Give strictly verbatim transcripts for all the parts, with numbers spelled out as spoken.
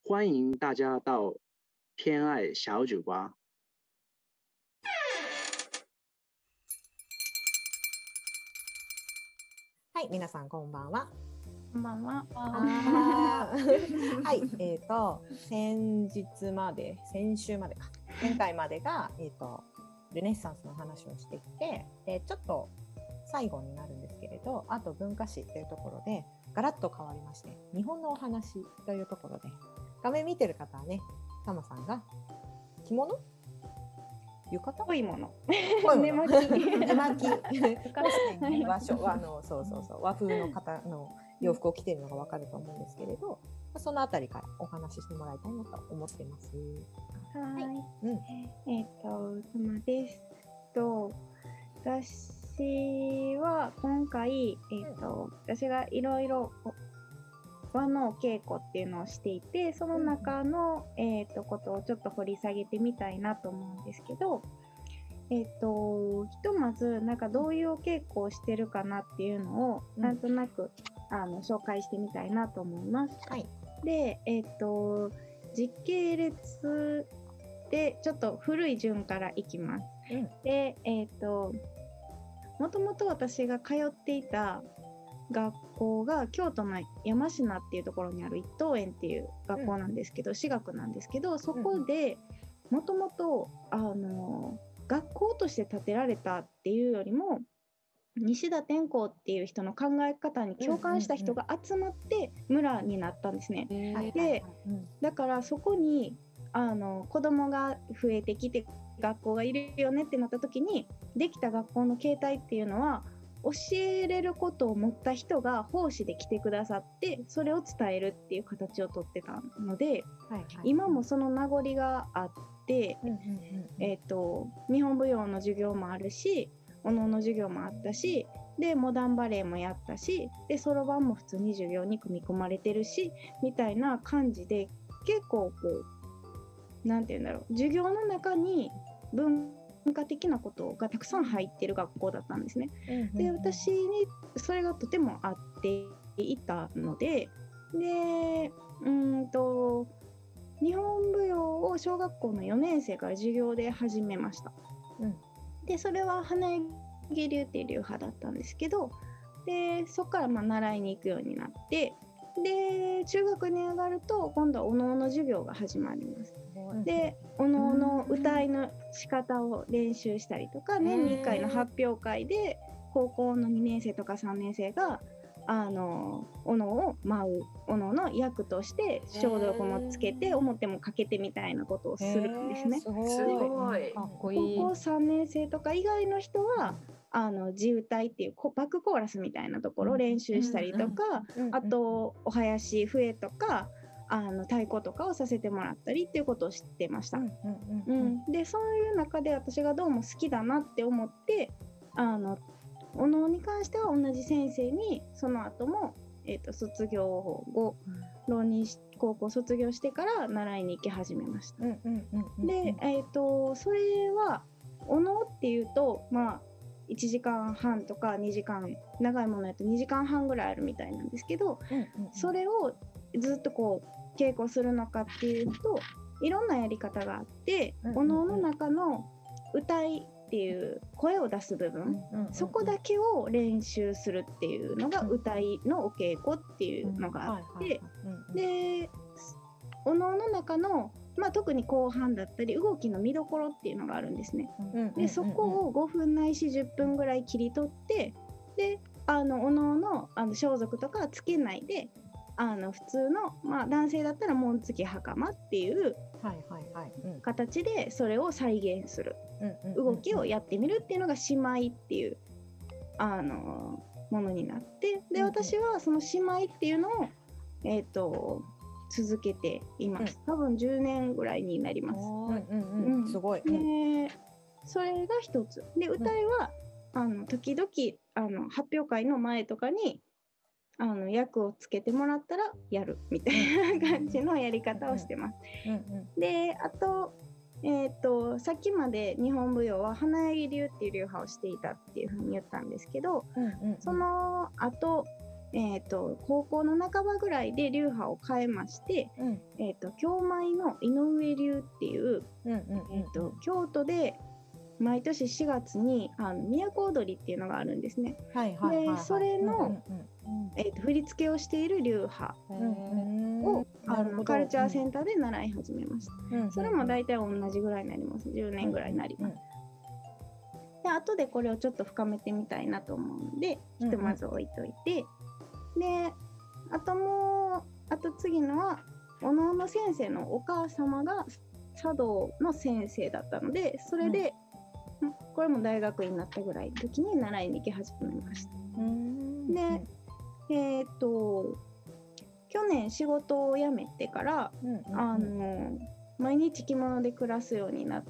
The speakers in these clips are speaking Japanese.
欢迎大家到偏爱小酒吧。 はい、皆さんこんばんは。 こんばんは。 あはい、えっ、ー、と先日まで、先週までか、前回までがえっ、ー、とルネッサンスの話をしてきて、でちょっと最後になるんですけれど、あと文化史というところでガラッと変わりまして、日本のお話というところで、画面見てる方はね、タマさんが着物？浴衣？ 濃いもの。 寝巻き。寝巻き。和書、あの、そうそうそう、和風の方の洋服を着ているのがわかると思うんですけれど、そのあたりからお話ししてもらいたいなと思ってます。 はい。うん、えっ、ー、と、タマです。と、私は今回、えっ、ー、と、うん、私がいろいろ和の稽古っていうのをしていて、その中の、えー、とことをちょっと掘り下げてみたいなと思うんですけど、えー、とひとまずなんかどういうお稽古をしてるかなっていうのをなんとなく、うん、あの紹介してみたいなと思います。はい、で、えー、と時系列でちょっと古い順からいきます。うん、で、えー、ともともと私が通っていた学校が京都の山科っていうところにある一等園っていう学校なんですけど、うん、私学なんですけど、そこでもともとあの学校として建てられたっていうよりも西田天功っていう人の考え方に共感した人が集まって村になったんですね。うんうんうん、で、だからそこにあの子供が増えてきて学校がいるよねってなった時にできた学校の形態っていうのは教えれることを持った人が奉仕で来てくださってそれを伝えるっていう形をとってたので、はいはい、今もその名残があって、うんうんうんうん、えーと、日本舞踊の授業もあるしお能の授業もあったしでモダンバレエもやったしでそろばんも普通に授業に組み込まれてるしみたいな感じで結構こうなんていうんだろう授業の中に文文化的なことがたくさん入っている学校だったんですね。うんうんうん、で私にそれがとても合っていたので、でうんと日本舞踊を小学校のよねん生から授業で始めました。うん、でそれは花柳流っていう流派だったんですけど、でそこからまあ習いに行くようになって。で中学に上がると今度はお能の授業が始まります。でお能の歌いの仕方を練習したりとか年にいっかいの発表会で高校のにねん生とかさんねん生があのお能を舞うお能の役として消毒もつけて表もかけてみたいなことをするんですね。 すごいかっこいい。 高校さんねん生とか以外の人はあの地歌いっていうバックコーラスみたいなところを練習したりとか、あとお囃子笛とかあの太鼓とかをさせてもらったりっていうことを知ってました。でそういう中で私がどうも好きだなって思ってあのお能に関しては同じ先生にその後も、えーと、卒業後浪人し高校卒業してから習いに行き始めました。で、えーと、それはお能っていうとまあいちじかんはんとかにじかん長いものやとにじかんはんぐらいあるみたいなんですけど、うんうんうん、それをずっとこう稽古するのかっていうといろんなやり方があって、うんうんうん、お能の中の歌いっていう声を出す部分、うんうんうん、そこだけを練習するっていうのが歌いのお稽古っていうのがあって、でお能の中のまあ、特に後半だったり動きの見どころっていうのがあるんですね。でそこをごふんないしじゅっぷんぐらい切り取ってであのおのおのあの装束とかつけないであの普通の、まあ、男性だったら紋付き袴っていう形でそれを再現する動きをやってみるっていうのが姉妹っていうあのものになってで私はその姉妹っていうのをえっと続けています、うん、多分じゅうねんぐらいになります。 すごい。 でそれが一つで歌いは、うん、あの時々あの発表会の前とかにあの役をつけてもらったらやるみたいな感じのやり方をしてます。うんうん、であと,、えー、とさっきまで日本舞踊は花柳流っていう流派をしていたっていうふうに言ったんですけど、うんうんうん、その後えー、と高校の半ばぐらいで流派を変えまして、 うんえー、と京舞の井上流っていう、 うんうんえー、と京都で毎年しがつにあの都踊りっていうのがあるんですね。 はいはいはいはい、 でそれの、 うんうんえー、と振り付けをしている流派うんを、あなるほどのカルチャーセンターで習い始めました。 うんうんそれも大体同じぐらいになります。じゅうねんぐらいになります。で後でこれをちょっと深めてみたいなと思うので、 うんうんひとまず置いといて、であともうあと次のはおのおの先生のお母様が茶道の先生だったので、それで、うん、これも大学院になったぐらいの時に習いに行き始めました。 うんでえっ、と去年仕事を辞めてから、 うんうんあの毎日着物で暮らすようになって、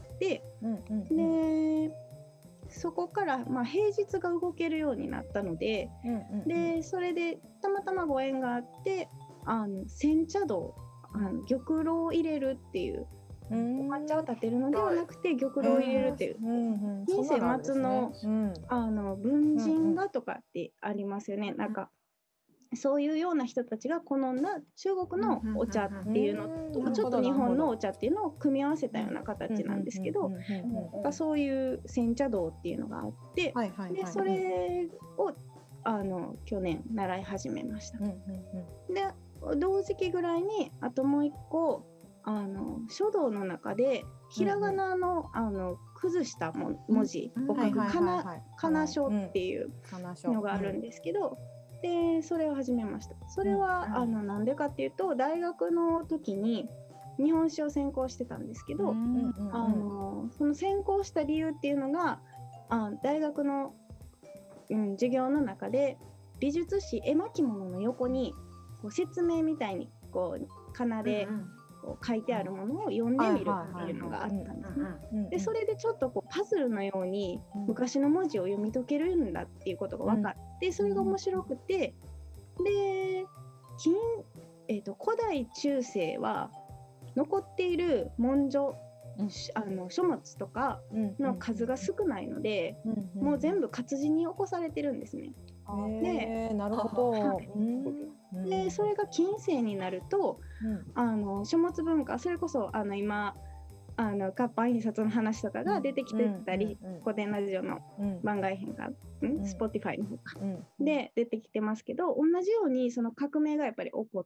うんうんうんでそこから、まあ、平日が動けるようになったので、 うんうんでそれでたまたまご縁があってあの煎茶道、あの玉露を入れるっていうお抹茶を立てるのではなくて玉露を入れるっていう、 うんうん近世末のそうなんですねあの文人画とかってありますよね、なんかそういうような人たちが好んだ中国のお茶っていうのとちょっと日本のお茶っていうのを組み合わせたような形なんですけど、そういう煎茶道っていうのがあって、 はいはいはいでそれをあの去年習い始めました。 うんうんで同時期ぐらいにあともう一個あの書道の中でひらがなの、あの崩したも文字を書くかなかな書っていうのがあるんですけど、でそれを始めました。それは、うん、あのなんでかっていうと大学の時に日本史を専攻してたんですけど、うんうんうん、あのその専攻した理由っていうのがあ大学の、うん、授業の中で美術史絵巻物の横にこう説明みたいにこうかなでこう書いてあるものを読んでみるっていうのがあったんですね。でそれでちょっとこうパズルのように昔の文字を読み解けるんだっていうことが分かって、それが面白くて、で金、えーと、古代中世は残っている文書、あの書物とかの数が少ないので、もう全部活字に起こされてるんですね。 で、なるほど。 でそれが近世になると、うん、あの書物文化、それこそあの今あの活版印刷の話とかが出てきてたり、うんうんうん、古典ラジオの番外編が、うん、Spotify の方か、うん、で出てきてますけど、同じようにその革命がやっぱり起こって、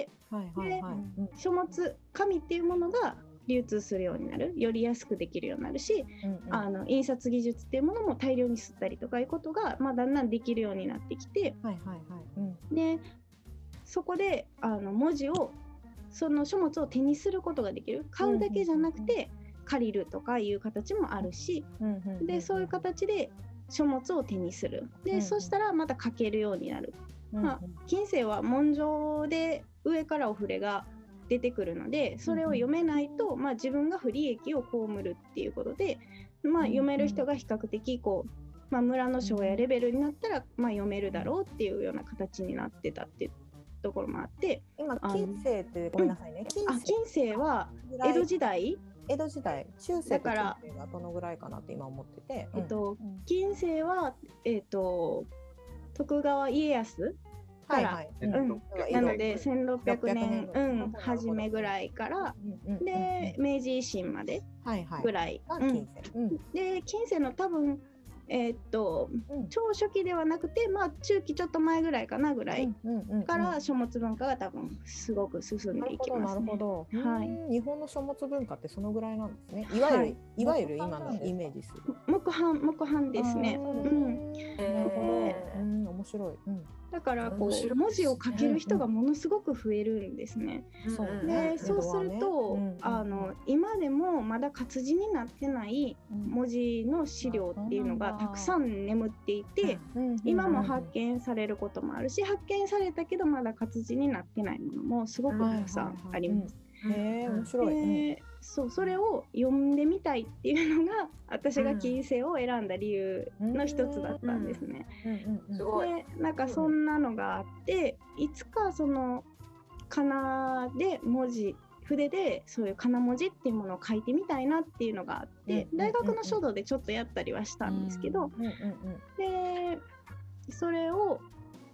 はいはいはい、で書物紙っていうものが流通するようになる、より安くできるようになるし、うんうん、あの印刷技術っていうものも大量に吸ったりとかいうことが、まあ、だんだんできるようになってきて、はいはいはいうん、でそこであの文字をその書物を手にすることができる、買うだけじゃなくて借りるとかいう形もあるし、うんうんうん、でそういう形で書物を手にする、で、うんうん、そしたらまた書けるようになる、うんうんまあ、近世は文書で上からお触れが出てくるので、それを読めないと、まあ、自分が不利益を被るっていうことで、まあ、読める人が比較的こう、まあ、村の章やレベルになったら、まあ、読めるだろうっていうような形になってたっていうところもあって、 今近世ってごめんなさいね、 近世、あ、近世は江戸時代江戸時代中世と近世がどのぐらいかなって今思ってて、 えっと、近世は、えっと、徳川家康から、はいはいうん、なのでせんろっぴゃくねん、うん、初めぐらいから、うんうん、で明治維新までぐらい、はいはいうんうん、で近世の多分えー、っと、うん、超初期ではなくて、まあ、中期ちょっと前ぐらいかなぐらいから書物文化が多分すごく進んでいきますね。 なるほど、なるほど、はい、日本の書物文化ってそのぐらいなんですね。いわゆる、はい、いわゆる今のイメージする木版木版ですね。うん、 えー、うん、面白い、うん、 だからこう文字を書ける人がものすごく増えるんですね。うん、でそうすると、ねうん、あの今でもまだ活字になってない文字の資料っていうのがたくさん眠っていて、今も発見されることもあるし、発見されたけどまだ活字になってないものもすごくたくさんあります。 へー、面白い、 えー、そう、それを読んでみたいっていうのが私が近世を選んだ理由の一つだったんですね。で、なんかそんなのがあって、いつかその仮名で文字筆でそういう仮名文字っていうものを書いてみたいなっていうのがあって、大学の書道でちょっとやったりはしたんですけど、でそれを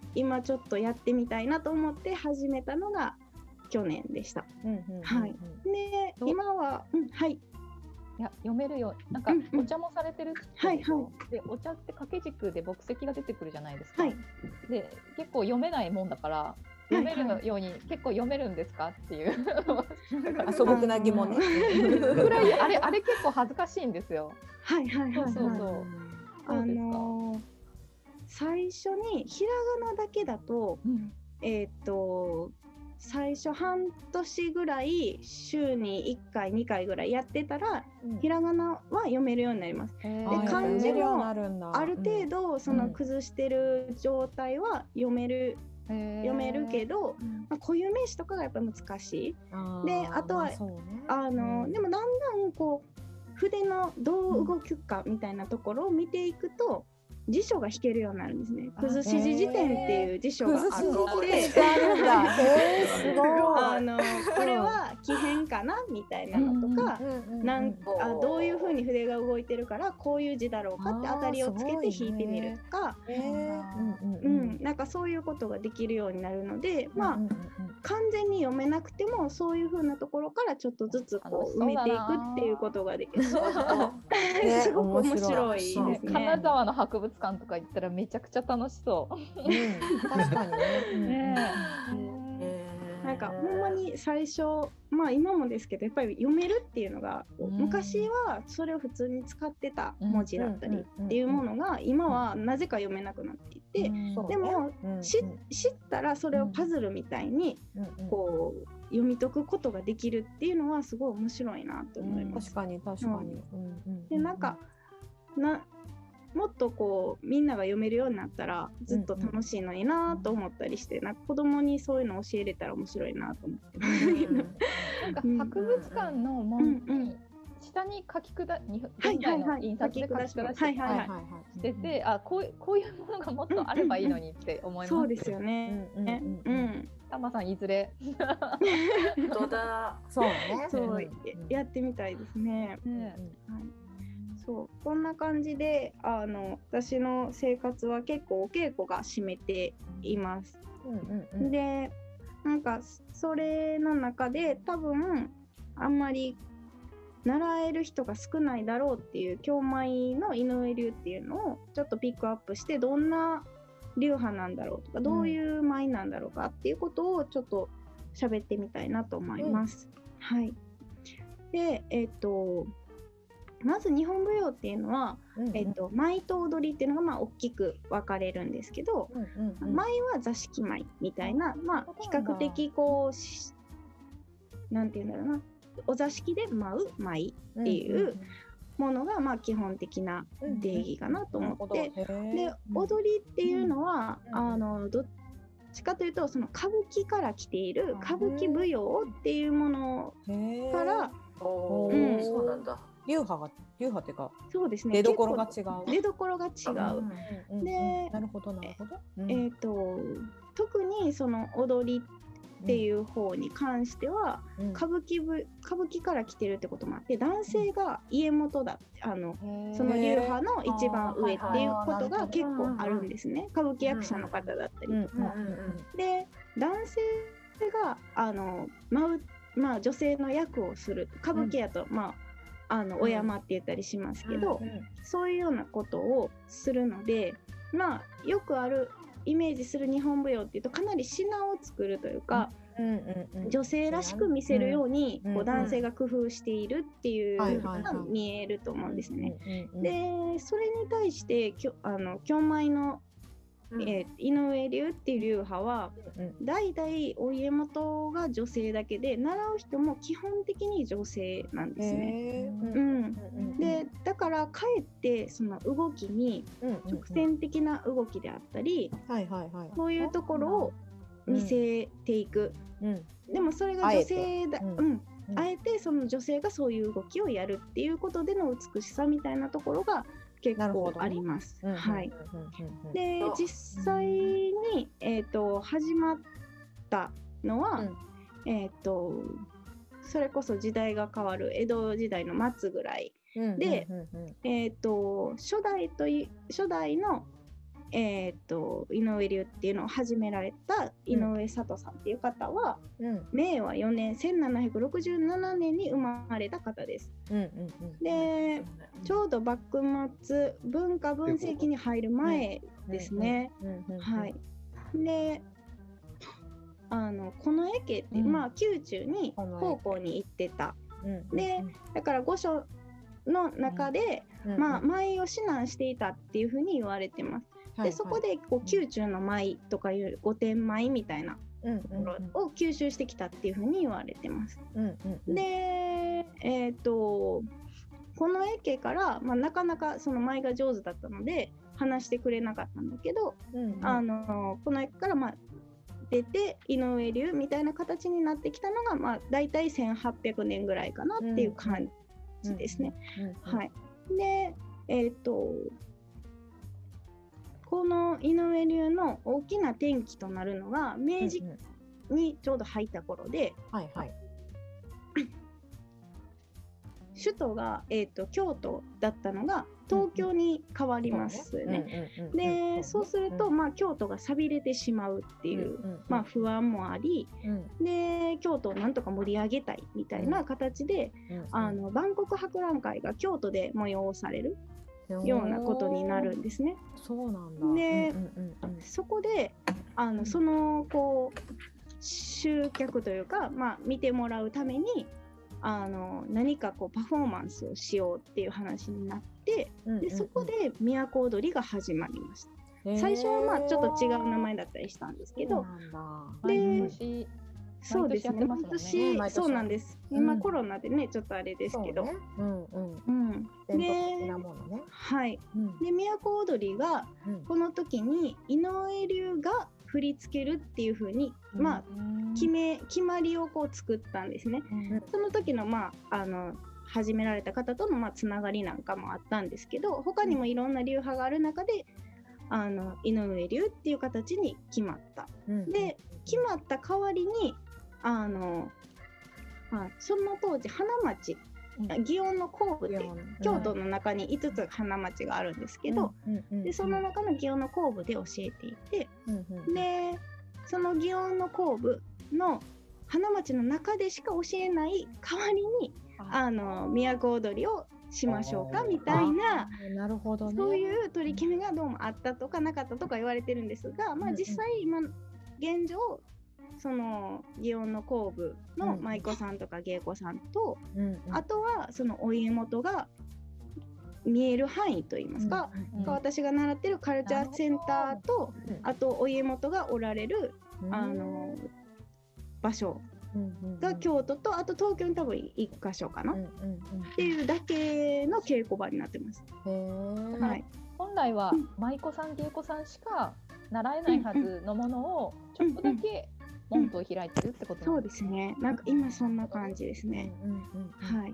今ちょっとやってみたいなと思って始めたのが去年でした。 うんうんうんうん、 はい。で今は、うん、はい。 いや読めるよ。なんかお茶もされてるってことでしょ、 はいはい、 でお茶って掛け軸で牧石が出てくるじゃないですか、 はい、 で結構読めないもんだから読めるように、はいはい、結構読めるんですかっていう素朴な疑問ねぐらいあれあれ結構恥ずかしいんですよ。 はいはいはい、 そうそうそう。 あのー、最初にひらがなだけだと、うん、えっと最初半年ぐらい週にいっかいにかいぐらいやってたら、うん、ひらがなは読めるようになります。で漢字もある程度その崩してる状態は読める、うん、読めるけど、まあ、固有名詞とかがやっぱ難しい。あであとは、まあね、あの、うん、でもだんだんこう筆のどう動くかみたいなところを見ていくと辞書が引けるようになるんですね。くずし字辞典っていう辞書があって、あのこれは奇変かなみたいなのとか、なんあどういう風に筆が動いてるからこういう字だろうかって当たりをつけて引いてみるとか、うん、なんかそういうことができるようになるので、まあ完全に読めなくてもそういう風なところからちょっとずつこう埋めていくっていうことができる。すごく面白いですね。 金沢の博物館とか行ったらめちゃくちゃ楽しそう。 うん、確かにね。 なんかほんまに最初、まあ今もですけどやっぱり読めるっていうのが、うん、昔はそれを普通に使ってた文字だったりっていうものが今はなぜか読めなくなっていて、うん、でも、うん、知ったらそれをパズルみたいにこう読み解くことができるっていうのはすごい面白いなと思います。 確かに確かに。 でなんかなもっとこうみんなが読めるようになったらずっと楽しいのになと思ったりして、うんうん、なんか子供にそういうの教えれたら面白いなと思ってます。 なんか博物館の門に下に書き下し、現在の印刷で書き下してて、あこういうこういうものがもっとあればいいのにって思います。 そうですよね。 たまさんいずれ。 本当だ。 そうね。 そうやってみたいですね。そうこんな感じであの私の生活は結構お稽古が占めています。うんうんうん、でなんかそれの中で多分あんまり習える人が少ないだろうっていう京舞の井上流っていうのをちょっとピックアップして、どんな流派なんだろうとかどういう舞なんだろうかっていうことをちょっと喋ってみたいなと思います。うん、はい。でえっとまず日本舞踊っていうのは、うんうん、えっと、舞と踊りっていうのがまあ大きく分かれるんですけど、うんうんうん、舞は座敷舞みたいな、まあ、比較的こうなんていうんだろうな、お座敷で舞う舞っていうものがまあ基本的な定義かなと思って、うんうん、で踊りっていうのは、うん、あのどっちかというとその歌舞伎から来ている歌舞伎舞踊っていうものから、 うん、そうなんだ。 流派が流派っていうか、 そうですね。 出どころが違う。 出どころが違う。うん、で、 なるほどなるほど。 えっ、ー、と特にその踊りっていう方に関しては、うん、歌舞伎部歌舞伎から来てるってこともあって、男性が家元だ、あのその流派の一番上っていうことが結構あるんですね。歌舞伎役者の方だったりとか、で男性があの舞う、まあ女性の役をする歌舞伎やと、うん、まああのお山って言ったりしますけど、うんうん、そういうようなことをするので、まあよくあるイメージする日本舞踊っていうとかなり品を作るというか、うんうんうん、女性らしく見せるように、うん、こう男性が工夫しているっていうのが見えると思うんですね。でそれに対してきょあの京舞のえー、井上流っていう流派は、うん、代々お家元が女性だけで習う人も基本的に女性なんですね。うん、でだからかえってその動きに直線的な動きであったり、そういうところを見せていく、うん、でもそれが女性だ、うんうん、あえてその女性がそういう動きをやるっていうことでの美しさみたいなところが結構あります。はい。で実際に、えー、と始まったのは、うん、えっ、ー、とそれこそ時代が変わる江戸時代の末ぐらいで、えっ、ー、と初代とい初代のえー、と井上流っていうのを始められた井上里さんっていう方は、うん、めいわよねんせんななひゃくろくじゅうななねんに生まれた方です。うんうんうん、でちょうど幕末文化文世紀に入る前ですね。はい。であの近衛家って、うん、まあ宮中に奉公に行ってた。うん、でだから御所の中で、うん、まあ舞を指南していたっていうふうに言われてます。で、はいはい、そこでこう宮中の舞とかいう御殿舞みたいなところを吸収してきたっていうふうに言われてます。うんうんうん、で、えっと近衛家から、まあ、なかなかその舞が上手だったので話してくれなかったんだけど、うんうん、あの近衛家から、まあ、出て井上流みたいな形になってきたのが、まあ、だいたいせんはっぴゃくねんぐらいかなっていう感じですね。はい、で、えっとこの井上流の大きな転機となるのが明治にちょうど入った頃で、はいはい、首都が、えーと、京都だったのが東京に変わりますね。で、そうすると、まあ、京都が寂れてしまうっていう、まあ、不安もあり、で京都をなんとか盛り上げたいみたいな形で、あの万国博覧会が京都で催されるようなことになるんですね。 そうなんだ。 で、そこであのそのこう集客というか、まあ、見てもらうためにあの何かこうパフォーマンスをしようっていう話になって、うんうんうん、でそこで都踊りが始まりました。最初はまあちょっと違う名前だったりしたんですけど、でそうですね、毎年、ね、そうなんです、うん、今コロナでねちょっとあれですけど、ね、うんうんうん、で、ね、はい、うん、で都踊りがこの時に井上流が振り付けるっていう風に、うん、まあ決め決まりをこう作ったんですね。うん、その時のまああの始められた方とのまあつながりなんかもあったんですけど、他にもいろんな流派がある中であの井上流っていう形に決まった。うん、で決まった代わりにあの、まあ、その当時花町、うん、祇園の後部で京都の中にいつつ花町があるんですけど、うんうん、でその中の祇園の後部で教えていて、うんうん、でその祇園の後部の花町の中でしか教えない代わりにあの都踊りをしましょうかみたいな、 なるほどね、 そういう取り決めがどうもあったとかなかったとか言われてるんですが、まあ、実際今現状その祇園の後部の舞妓さんとか芸妓さんと、うんうん、あとはそのお家元が見える範囲といいますか、うんうん、私が習ってるカルチャーセンターと、うん、あとお家元がおられる、うん、あの場所が京都とあと東京に多分いっかしょかな、うんうんうん、っていうだけの稽古場になってます。へー、 はい、本来は舞妓さん芸妓さんしか習えないはずのものをちょっとだけ門戸を開いてるってこと、 うんうん、そうですね。なんか今そんな感じですね。うんうんうん、はい。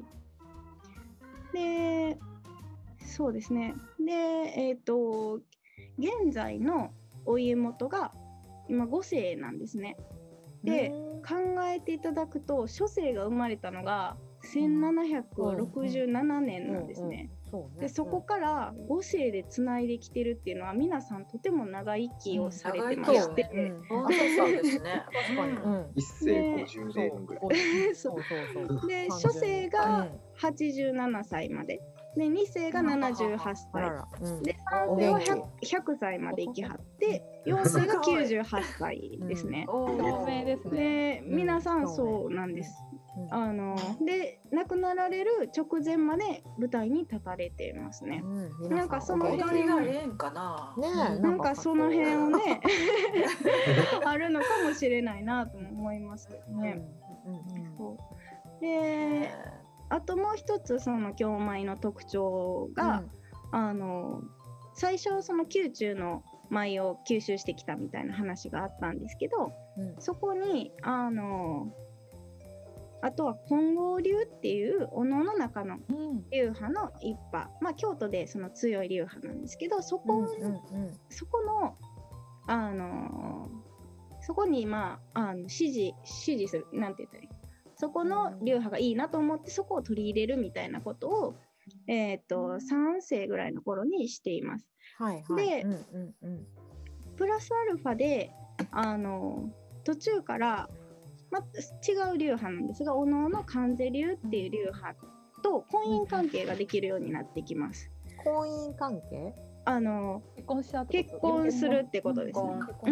で、そうですね。で、えっと現在のお家元が今ごせいなんですね。で、考えていただくと諸生が生まれたのがせんななひゃくろくじゅうななねんなんですね。でそこからごせいでつないできてるっていうのは皆さんとても長生きをされてまして、うん、 そうですね。確かに、 うん、一世ごじゅうねんぐらい。 そうそうそう。で諸生がはちじゅうななさいまで。でに世がななじゅうはっさい、うん、でさん世は ひゃく, ひゃくさいまで生きはってよん世がきゅうじゅうはっさいですね。 有名ですね。で皆さんそうなんです。うん、あので亡くなられる直前まで舞台に立たれていますね。うん、なんかその辺がええんかな。 ね、なんかその辺をねあるのかもしれないなと思いますけどね。うんうんうん、そうで。あともう一つその京舞の特徴が、うん、あの最初その宮中の舞を吸収してきたみたいな話があったんですけど、うん、そこにあのあとは金剛流っていうお能の中の流派の一派、まあ京都でその強い流派なんですけど、そこ、うんうんうん、そこのあのそこにまあ、あの支持支持するなんて言ったらいい、そこの流派がいいなと思ってそこを取り入れるみたいなことをえー、とさん生ぐらいの頃にしています。 はいはい。 で、 うんうんうん、 プラスアルファであの途中から、ま、違う流派なんですが、おのおの関税流っていう流派と婚姻関係ができるようになってきます。 婚姻関係？ あの結婚した結婚するってことですね。うん、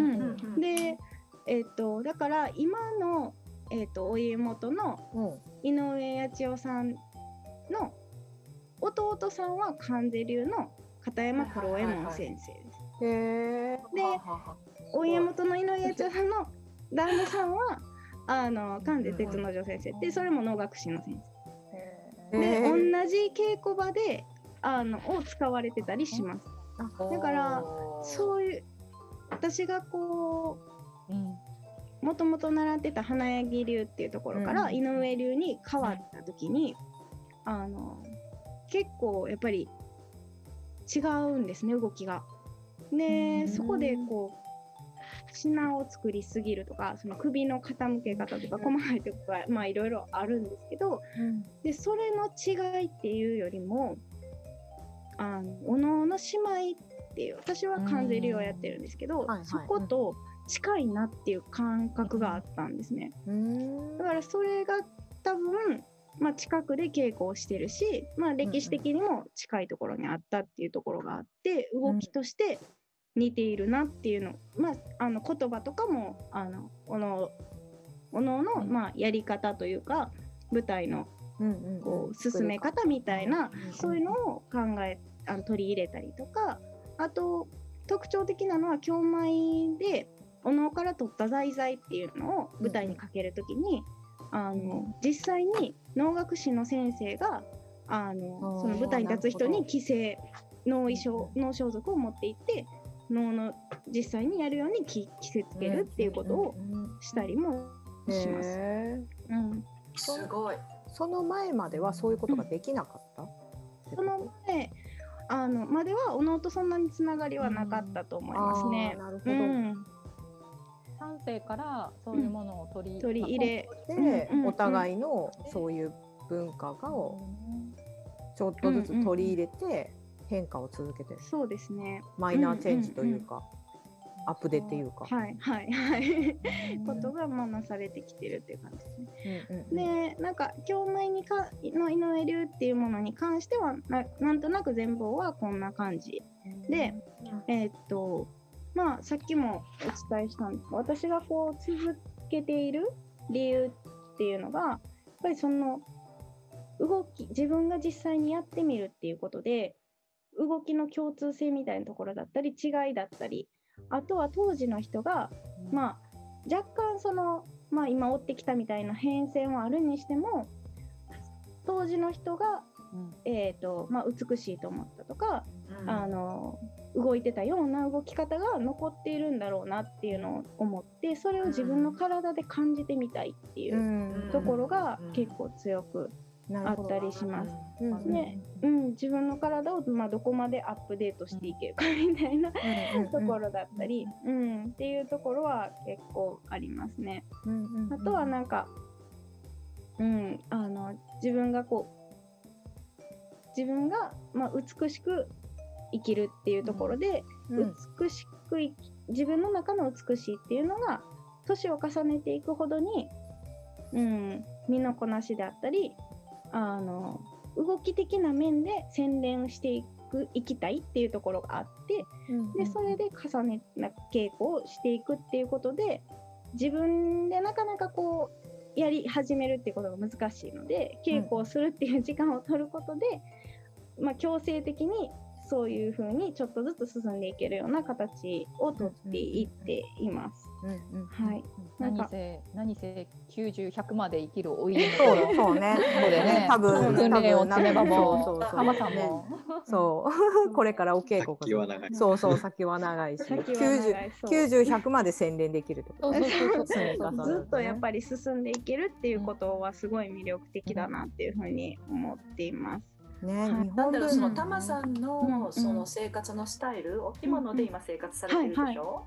で、えー、とだから今の、えー、とお家元の井上八千代さんの弟さんは関税流の片山九郎右衛門先生です。 へー。 で、お家元の井上八千代さんの旦那さんはあの関税鉄之丞先生で、それも能楽師の先生で、同じ稽古場であのを使われてたりします。だからそういう私がこうもともと習ってた花柳流っていうところから井上流に変わった時に、あの結構やっぱり違うんですね、動きが。で、そこでこう品を作りすぎるとか、その首の傾け方とか細かいところがまあいろいろあるんですけど、うん、でそれの違いっていうよりも、あのおのおの姉妹っていう、私は関税流をやってるんですけど、はいはい、そこと近いなっていう感覚があったんですね。うん、だからそれが多分まあ、近くで稽古をしてるし、まあ、歴史的にも近いところにあったっていうところがあって、動きとして似ているなっていうの、まあ、あの言葉とかもあのおのおのの、まあ、やり方というか舞台のこう進め方みたいな、そういうのを考えあの取り入れたりとか、あと特徴的なのは京舞でお能から取った題材っていうのを舞台にかけるときに、あの実際に能楽師の先生があのその舞台に立つ人に着せ能衣装能装束を持っていって能の実際にやるように着せつけるっていうことをしたりもします。 うん、 すごい。 その前まではそういうことができなかった？ うん、その前あのまではお能とそんなにつながりはなかったと思いますね。 うん、なるほど。 うん三世からそういうものを取り、 うん、取り入れて、うん、お互いのそういう文化をちょっとずつ取り入れて変化を続けてる。 そうですね。 マイナーチェンジというか、うんうんうん、アップデートというか、 はいはいはいことがまあなされてきてるっていう感じですね。うんうんうん、で、なんか京舞にかの井上流っていうものに関しては な, なんとなく全貌はこんな感じで、うん、えー、っとまあ、さっきもお伝えしたんですが、私がこう続けている理由っていうのが、やっぱりその動き、自分が実際にやってみるっていうことで、動きの共通性みたいなところだったり、違いだったり、あとは当時の人が、まあ、若干その、まあ、今追ってきたみたいな変遷はあるにしても、当時の人が、うん、えーとまあ、美しいと思ったとか、うん、あの動いてたような動き方が残っているんだろうなっていうのを思って、それを自分の体で感じてみたいっていうところが結構強くあったりします。で、うん、自分の体を、まあ、どこまでアップデートしていけるかみたいなところだったり、うん、っていうところは結構ありますね。あとはなんか、うん、あの自分がこう自分が、まあ、美しく生きるっていうところで、うん、美しく自分の中の美しいっていうのが年を重ねていくほどに、うん、身のこなしであったり、あの動き的な面で洗練していくいきたいっていうところがあって、うん、でそれで重ねな稽古をしていくっていうことで、自分でなかなかこうやり始めるっていうことが難しいので、稽古をするっていう時間を取ることで、うん、まあ、強制的にそういう風にちょっとずつ進んでいけるような形をとっていっています。はい。 何せ何せきゅうじゅう、ひゃくまで生きるお家のそうそうね。そうでね。多分訓練を積めばもうそうそうそう浜さんもそうこれからお稽古先は長い。 そうそう先は長いし、きゅうじゅう、ひゃくまで洗練できるとか。 ずっとやっぱり進んでいけるっていうことはすごい魅力的だなっていう風に思っています。 ね、 なんだろう、そのタマさんのその生活のスタイル、お着物で今生活されてるでしょ。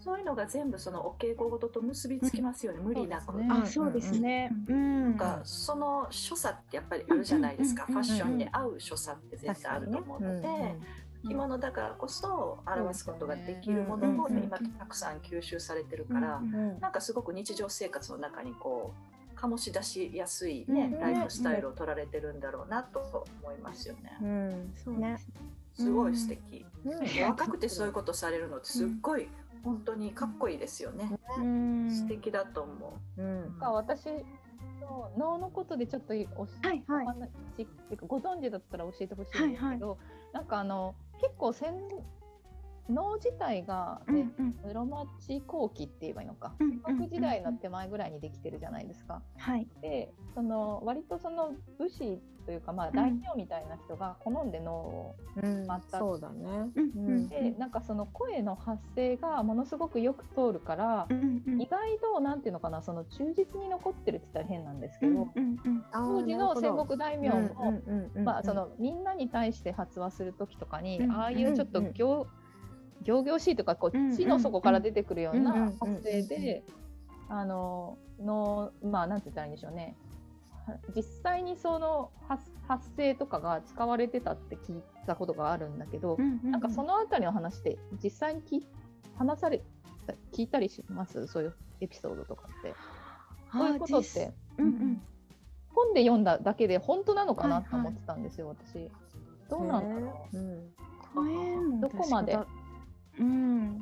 そういうのが全部そのお稽古事と結びつきますよね、無理なく。 あ、そうですね。うん。 なんかその所作ってやっぱりあるじゃないですか。ファッションに合う所作って絶対あると思うので、着物だからこそ表すことができるものを今たくさん吸収されてるから、なんかすごく日常生活の中にこう醸し出しやすいね、ライフスタイルを取られてるんだろうなと思いますよね。 うん、そうね。 すごい素敵。若くてそういうことされるのってすっごい本当にかっこいいですよね。素敵だと思う。 うん、私の能のことでちょっとおし、はいはい、話っていうかご存知だったら教えてほしいんですけど、はいはい、なんかあの結構戦能自体が、ね、うんうん、室町後期って言えばいいのか、戦国時代の手前ぐらいにできてるじゃないですか。はい、でその割とその武士というか、まあ、大名みたいな人が好んで能をまった、うん、そうだね、うん、でなんかその声の発声がものすごくよく通るから、うんうん、意外となんていうのかな、その忠実に残ってるって言ったら変なんですけど、うんうんうん、当時の戦国大名もみんなに対して発話する時とかに、うんうん、ああいうちょっと行仰々しいとかこう地の底から出てくるような発声で、あののまあなんて言ったらいいんでしょうね、実際にその 発, 発声とかが使われてたって聞いたことがあるんだけど、うんうんうん、なんかそのあたりの話って実際にき話された聞いたりします？そういうエピソードとかって。そういうことって、うんうん、本で読んだだけで本当なのかなと思ってたんですよ、はいはい、私。どうなんだろう、うん、どこまで、うん、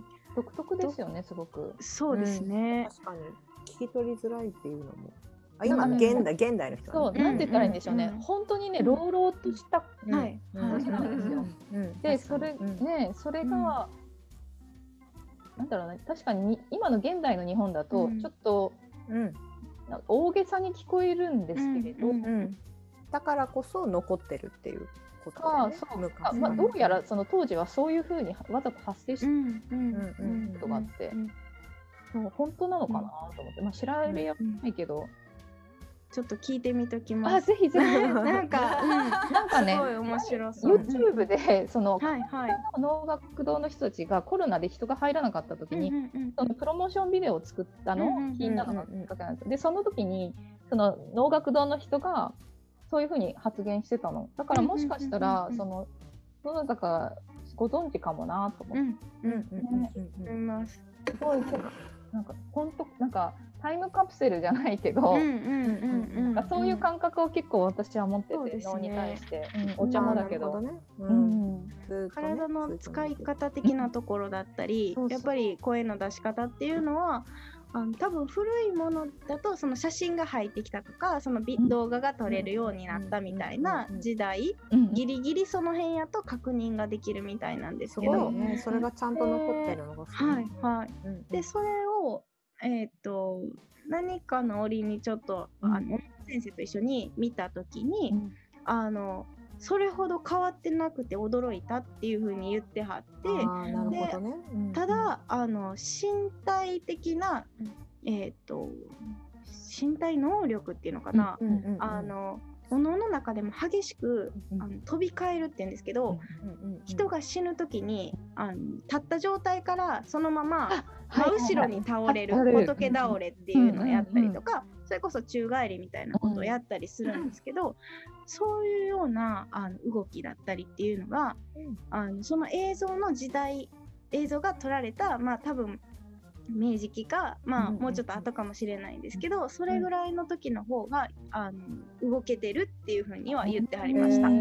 独特ですよね、すごく。 そうですね、 うん、確かに聞き取りづらいっていうのもあ、今現代、現代の人はね、そう、なんて言ったらいいんでしょうね、うんうん、本当にね、朗々とした話なんですよ。で、それね、それが、うん、なんだろうね、確かに今の現代の日本だと、ちょっと、うん、大げさに聞こえるんですけれど、うんうん、 だからこそ残ってるっていうことで、ね、 そうか、まあ、どうやらその当時はそういうふうにわざと発生してることがあって、本当なのかなと思って、まあ、知られやないけど、 ちょっと聞いてみときます。 あ、ぜひぜひ。 なんか、うん、 なんかね、 すごい面白そう。 YouTube でその、はいはい、能楽堂の人たちがコロナで人が入らなかった時に、うんうんうん、そのプロモーションビデオを作ったのを聞いたのがきっかけなんですよ。で、その時にその能楽堂の人がそういうふうに発言してたの。だからもしかしたら、うんうんうんうん、そのどなたかご存知かもなと思って。うんうんうんうん。すごいなんか本当なんか。タイムカプセルじゃないけど、そういう感覚を結構私は持ってて、ね、脳に対して、うん、お茶もだけど、ね、うんうん、体の使い方的なところだったり、うん、やっぱり声の出し方っていうのはあの多分古いものだとその写真が入ってきたとかそのビ、うん、動画が撮れるようになったみたいな時代、うん、ギリギリその辺やと確認ができるみたいなんですけど、 ね、それがちゃんと残ってるのがすごい、 はいはい、うん、でそれをえー、と何かの折にちょっと、うん、あの先生と一緒に見た時に、うん、あのそれほど変わってなくて驚いたっていう風に言ってはって、 なるほどね、 うん、ただあの身体的な、えー、と身体能力っていうのかな、うんうんうん、あのおのの中でも激しく、うん、あの飛び交えるって言うんですけど、うんうんうん、人が死ぬ時にあの立った状態からそのまま真後ろに倒れる仏倒れっていうのをやったりとか、それこそ宙返りみたいなことをやったりするんですけど、そういうようなあの動きだったりっていうのが、あのその映像の時代映像が撮られた、まあ多分明治期か、まあ、もうちょっと後かもしれないんですけど、それぐらいの時の方があの動けてるっていうふうには言ってはりました。うん、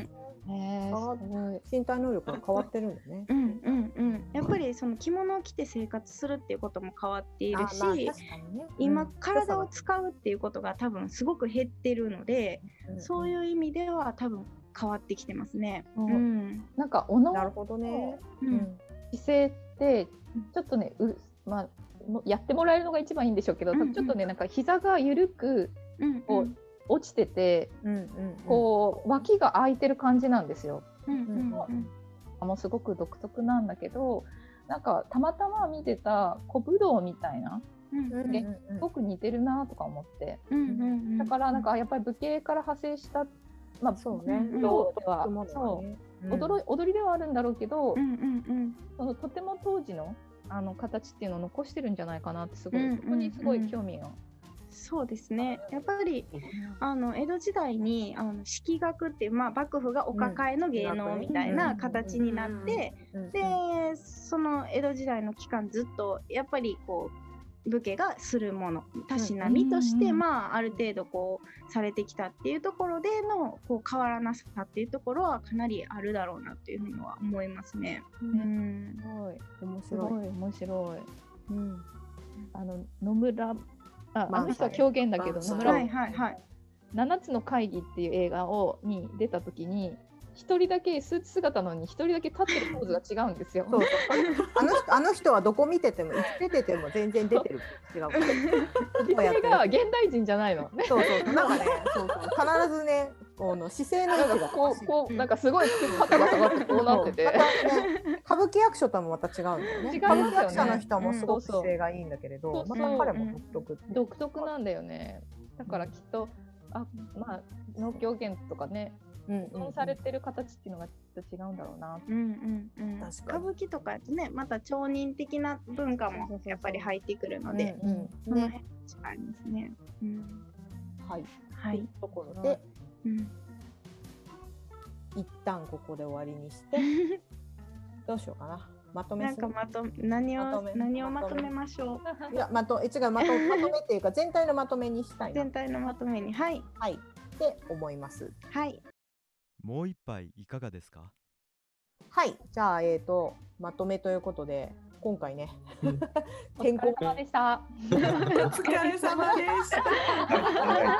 へー、身体能力が変わってるんだね。 うんうんうん。やっぱりその着物を着て生活するっていうことも変わっているし、まあね、今、うん、体を使うっていうことが多分すごく減ってるので、うん、そういう意味では多分変わってきてますね。うんうん、 なんかおのなるほどね。 うん、姿勢ってちょっとね、うまあ、やってもらえるのが一番いいんでしょうけど、うんうん、ちょっとねなんか膝が緩くこう、うんうん、落ちてて、うんうんうん、こう脇が開いてる感じなんですよ。うんうんうん、もうすごく独特なんだけど、なんかたまたま見てた小武道みたいな、うんうんうん、すごく似てるなとか思って、うんうんうん、だからなんかやっぱり武芸から派生した、まあそうね、武道では、そう、踊り、踊りではあるんだろうけど、うんうんうん、そのとても当時のあの形っていうのを残してるんじゃないかなってすごい、そこにすごい興味が。 そうですね。やっぱりあの江戸時代にあの式学っていう、まあ、幕府がお抱えの芸能みたいな形になって、でその江戸時代の期間ずっとやっぱりこう武家がするものたしなみとして、まあ、ある程度こうされてきたっていうところでのこう変わらなさっていうところはかなりあるだろうなっていうふうには思いますね。 うん、すごい面白い面白い。うん、あの野村あ, あの人は狂言だけど、野村はななつの会議っていう映画をに出た時に一人だけスーツ姿なのに一人だけ立ってるポーズが違うんですよ。 そうそうあの人あの人はどこ見てても出てても全然出てる違う。 それが現代人じゃないの。 そうそうなんかねそうそう必ずねこの姿勢の位置がこうこうなんかすごい肩が下がってこうなってて、ね、 歌舞伎役者ともまた違うんだよね。 違いますよね。 歌舞伎役者の人もすごく姿勢がいいんだけれど、 そうそうまた彼も独特、 うん、独特なんだよね。だからきっとあまあ能狂言とかね。うんうんうん、されてる形っていうのがちょっと違うんだろうな。 うんうんうん、歌舞伎とかねまた町人的な文化もやっぱり入ってくるので、うんうん、その辺違いますね。うん、 はいはい。 ところで、うん、一旦ここで終わりにしてどうしようかな。まとめなんかまと何をまとめ何をまとめましょう。いやまとえ違うまとまとめっていうか全体のまとめにしたいな。 全体のまとめにはいはいって思います。 はい。 もう一杯いかがですか？ はい、じゃあ、えーと、まとめということで、今回ね、 健康でした。 お疲れ様でした。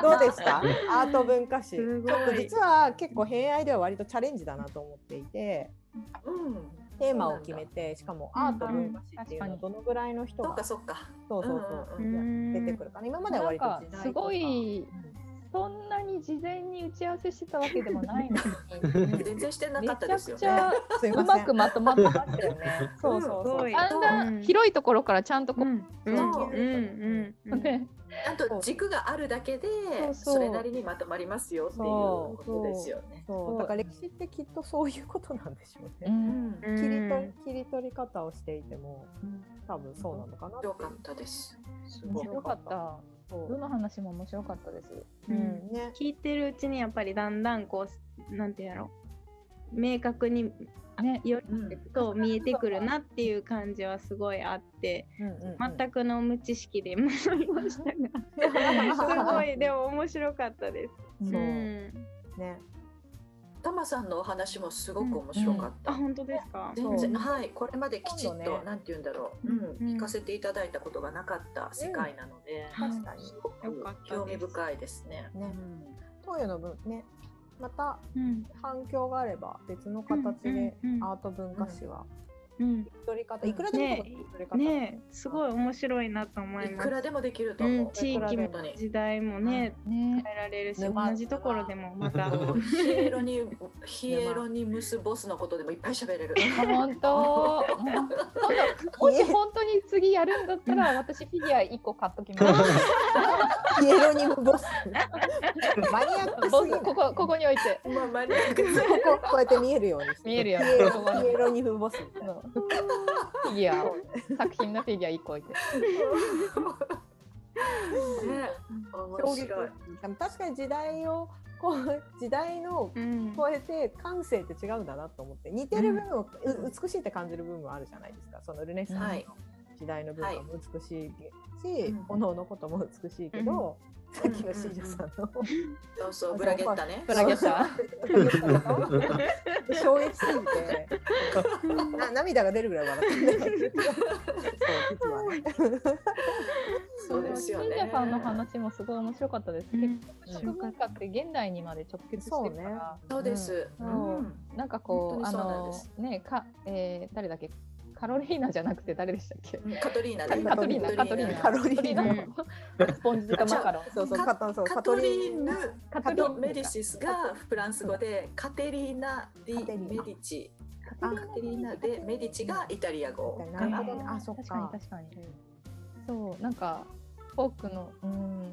どうでしたアート文化史。ちょっと実は結構偏愛では割とチャレンジだなと思っていて、うん、テーマを決めて、しかもアート文化史っていうのはどのぐらいの人が、 そうかそうか、 そうそうそう、出てくるかな。今までは割と時代とかすごい。そんなに事前に打ち合わせしてたわけでもないのに全然してなかったですよね。 めちゃくちゃうまくまとまってましたよね。 そうそうそう。 だんだん広いところからちゃんとこう、うんうんうん、ね、ちゃんと軸があるだけでそれなりにまとまりますよっていうことですよね。 そうそうだから歴史ってきっとそういうことなんでしょうね。うん、切り取り切り取り方をしていても多分そうなのかな。 よかったです。 すごかった。どの話も面白かったです、 うんね、聞いてるうちにやっぱりだんだんこうなんていうの明確に、ね、よりと見えてくるなっていう感じはすごいあって、うんうんうん、全くの無知識で学びましたがすごいでも面白かったです。そう、うん、 ねタマさんのお話もすごく面白かった。 うんうん、あ本当ですか。 全然はい、これまできちっと、ね、なんて言うんだろう、うん、聞かせていただいたことがなかった世界なので、 うん、確かにすごく興味深いですね。 ね、東洋の分ね、また反響があれば別の形でアート文化史は。うん、取り方いくらでも取り方ね、ねすごい面白いなと思います。 いくらでもできると思う。 うん、地域も時代もね、うん、変えられるし、ね、同じところでもまたヒエロニヒエロニムスボスのことでもいっぱい喋れる。 本当。もし本当に次やるんだったら私フィギュアいっこ買っときます。 ヒエロニムボス。マニアックすぎる。 ここここに置いて。 まあマニアックすぎる。 ここうやって見えるようにして。 見えるように。 ヒエロニムボス。 フィギュアを作品のフィギュアいっこ置いて。ね、 面白い。 確かに時代をこう時代の超えて感性って違うんだなと思って、似てる部分を、うん、美しいって感じる部分はあるじゃないですか。そのルネサンスの時代の文化も美しいし、炎、はい、のことも美しいけど。うんさっきのシージャさんのそうそうブラゲッタねブラゲッタ衝撃すぎてな涙が出るぐらい笑ってそうですよね。 シージャさんの話もすごい面白かったです。結構文化って現代にまで直結してるから。 そうです。 なんかこうあのねかえ誰だっけカロリーナじゃなくて誰でしたっけ？ カトリーナカトリーナカトリーナカロリーナスポンジとマカロン。 そうそうカトリーヌカトメディシスがフランス語でカテリーナ・ディ・メディチカテリーナ・デ・メディチがイタリア語かな。 あ、そっか。 確かに確かに。そうなんかフォークの、うん、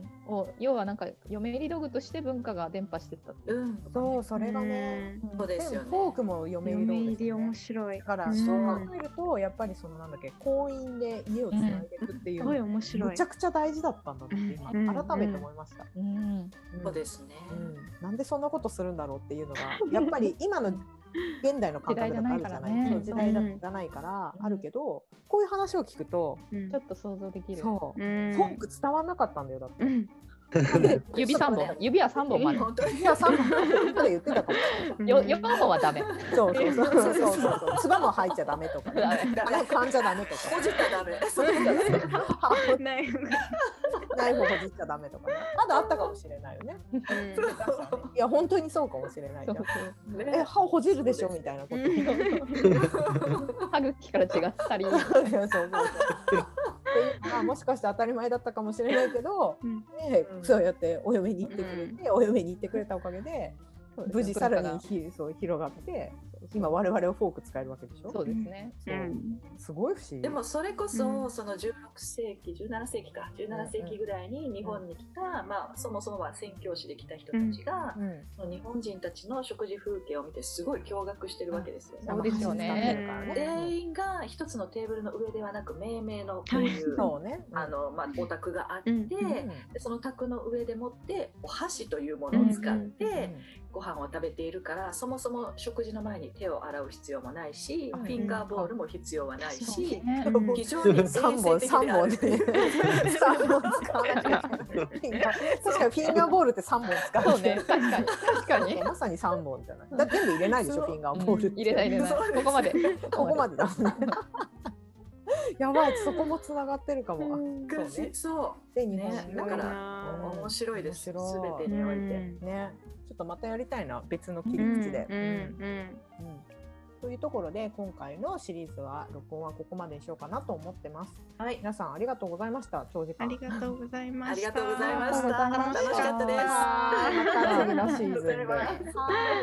を要はなんか嫁入り道具として文化が伝播してたっていう、 うん、 そうそれがね、 うん、そうですよね。 フォークも嫁入り道具ですよね。 面白い。 だからそう考えるとやっぱりそのなんだっけ婚姻で家をつないでいくっていう、 すごい面白い。 めちゃくちゃ大事だったんだって今、うん、改めて思いました。 うんうん、 そうですね、 うん。なんでそんなことするんだろうっていうのがやっぱり今の現代の感覚だとあるじゃないですか。時代じゃないからあるけど、こういう話を聞くと、 うん、ちょっと想像できる。 そう、うん、フォーク伝わんなかったんだよだって。うん指三本、指は三本まで。 指は三本まで言ってたかも。 よ、四本はダメ。 そうそうそうそうそうそう。つばも入っちゃダメとか、ね。噛んじゃダメとか。 ほじったらダメ。 ナイフナイフほじっちゃダメとかね。まだあったかもしれないよね。いや本当にそうかもしれないじゃん。え歯をほじるでしょみたいなこと。 歯茎から違ったり。 そうそうそう。まあもしかして当たり前だったかもしれないけど、うんね、そうやってお嫁に行ってくれて、うん、お嫁に行ってくれたおかげで無事さらにひそう広がって今我々はフォーク使えるわけでしょ。 そうですね。 そう、うん、すごい不思議。 でもそれこそ、うん、そのじゅうろくせいきじゅうななせいきかじゅうななせいきぐらいに日本に来た、うん、まあそもそもは宣教師で来た人たちが、うん、日本人たちの食事風景を見てすごい驚愕してるわけですよね。 そうですよね。 全員が一つのテーブルの上ではなく命名のこういう、はい、ね、あのまあお宅があって、うん、でその宅の上でもってお箸というものを使って、うんうんうん、ご飯を食べているからそもそも食事の前に手を洗う必要もないし、フィンガーボールも必要はないし、うん、非常に衛生的である。 さんぼん使わない。確かにフィンガーボールってさんぼん使う。 そうね、確かに確かに。 まさにさんぼんじゃない。だ全部入れないでしょフィンガーボール。 入れない入れない。ここまで。 ここまでだ。やばい、そこもつながってるかも。 そうね。そう。で、ね、だから面白いです。すべてにおいて。 ね。ちょっとまたやりたいな、別の切り口で。というところで今回のシリーズは録音はここまでにしようかなと思ってます。はい、皆さんありがとうございました。長時間ありがとうございました。 ありがとうございました。楽しかったです。 また次のシーズンで。ありがとうござい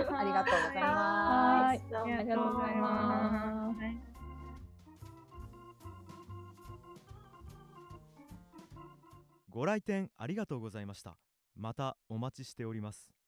ます。 ありがとうございます。 ご来店ありがとうございました。またお待ちしております。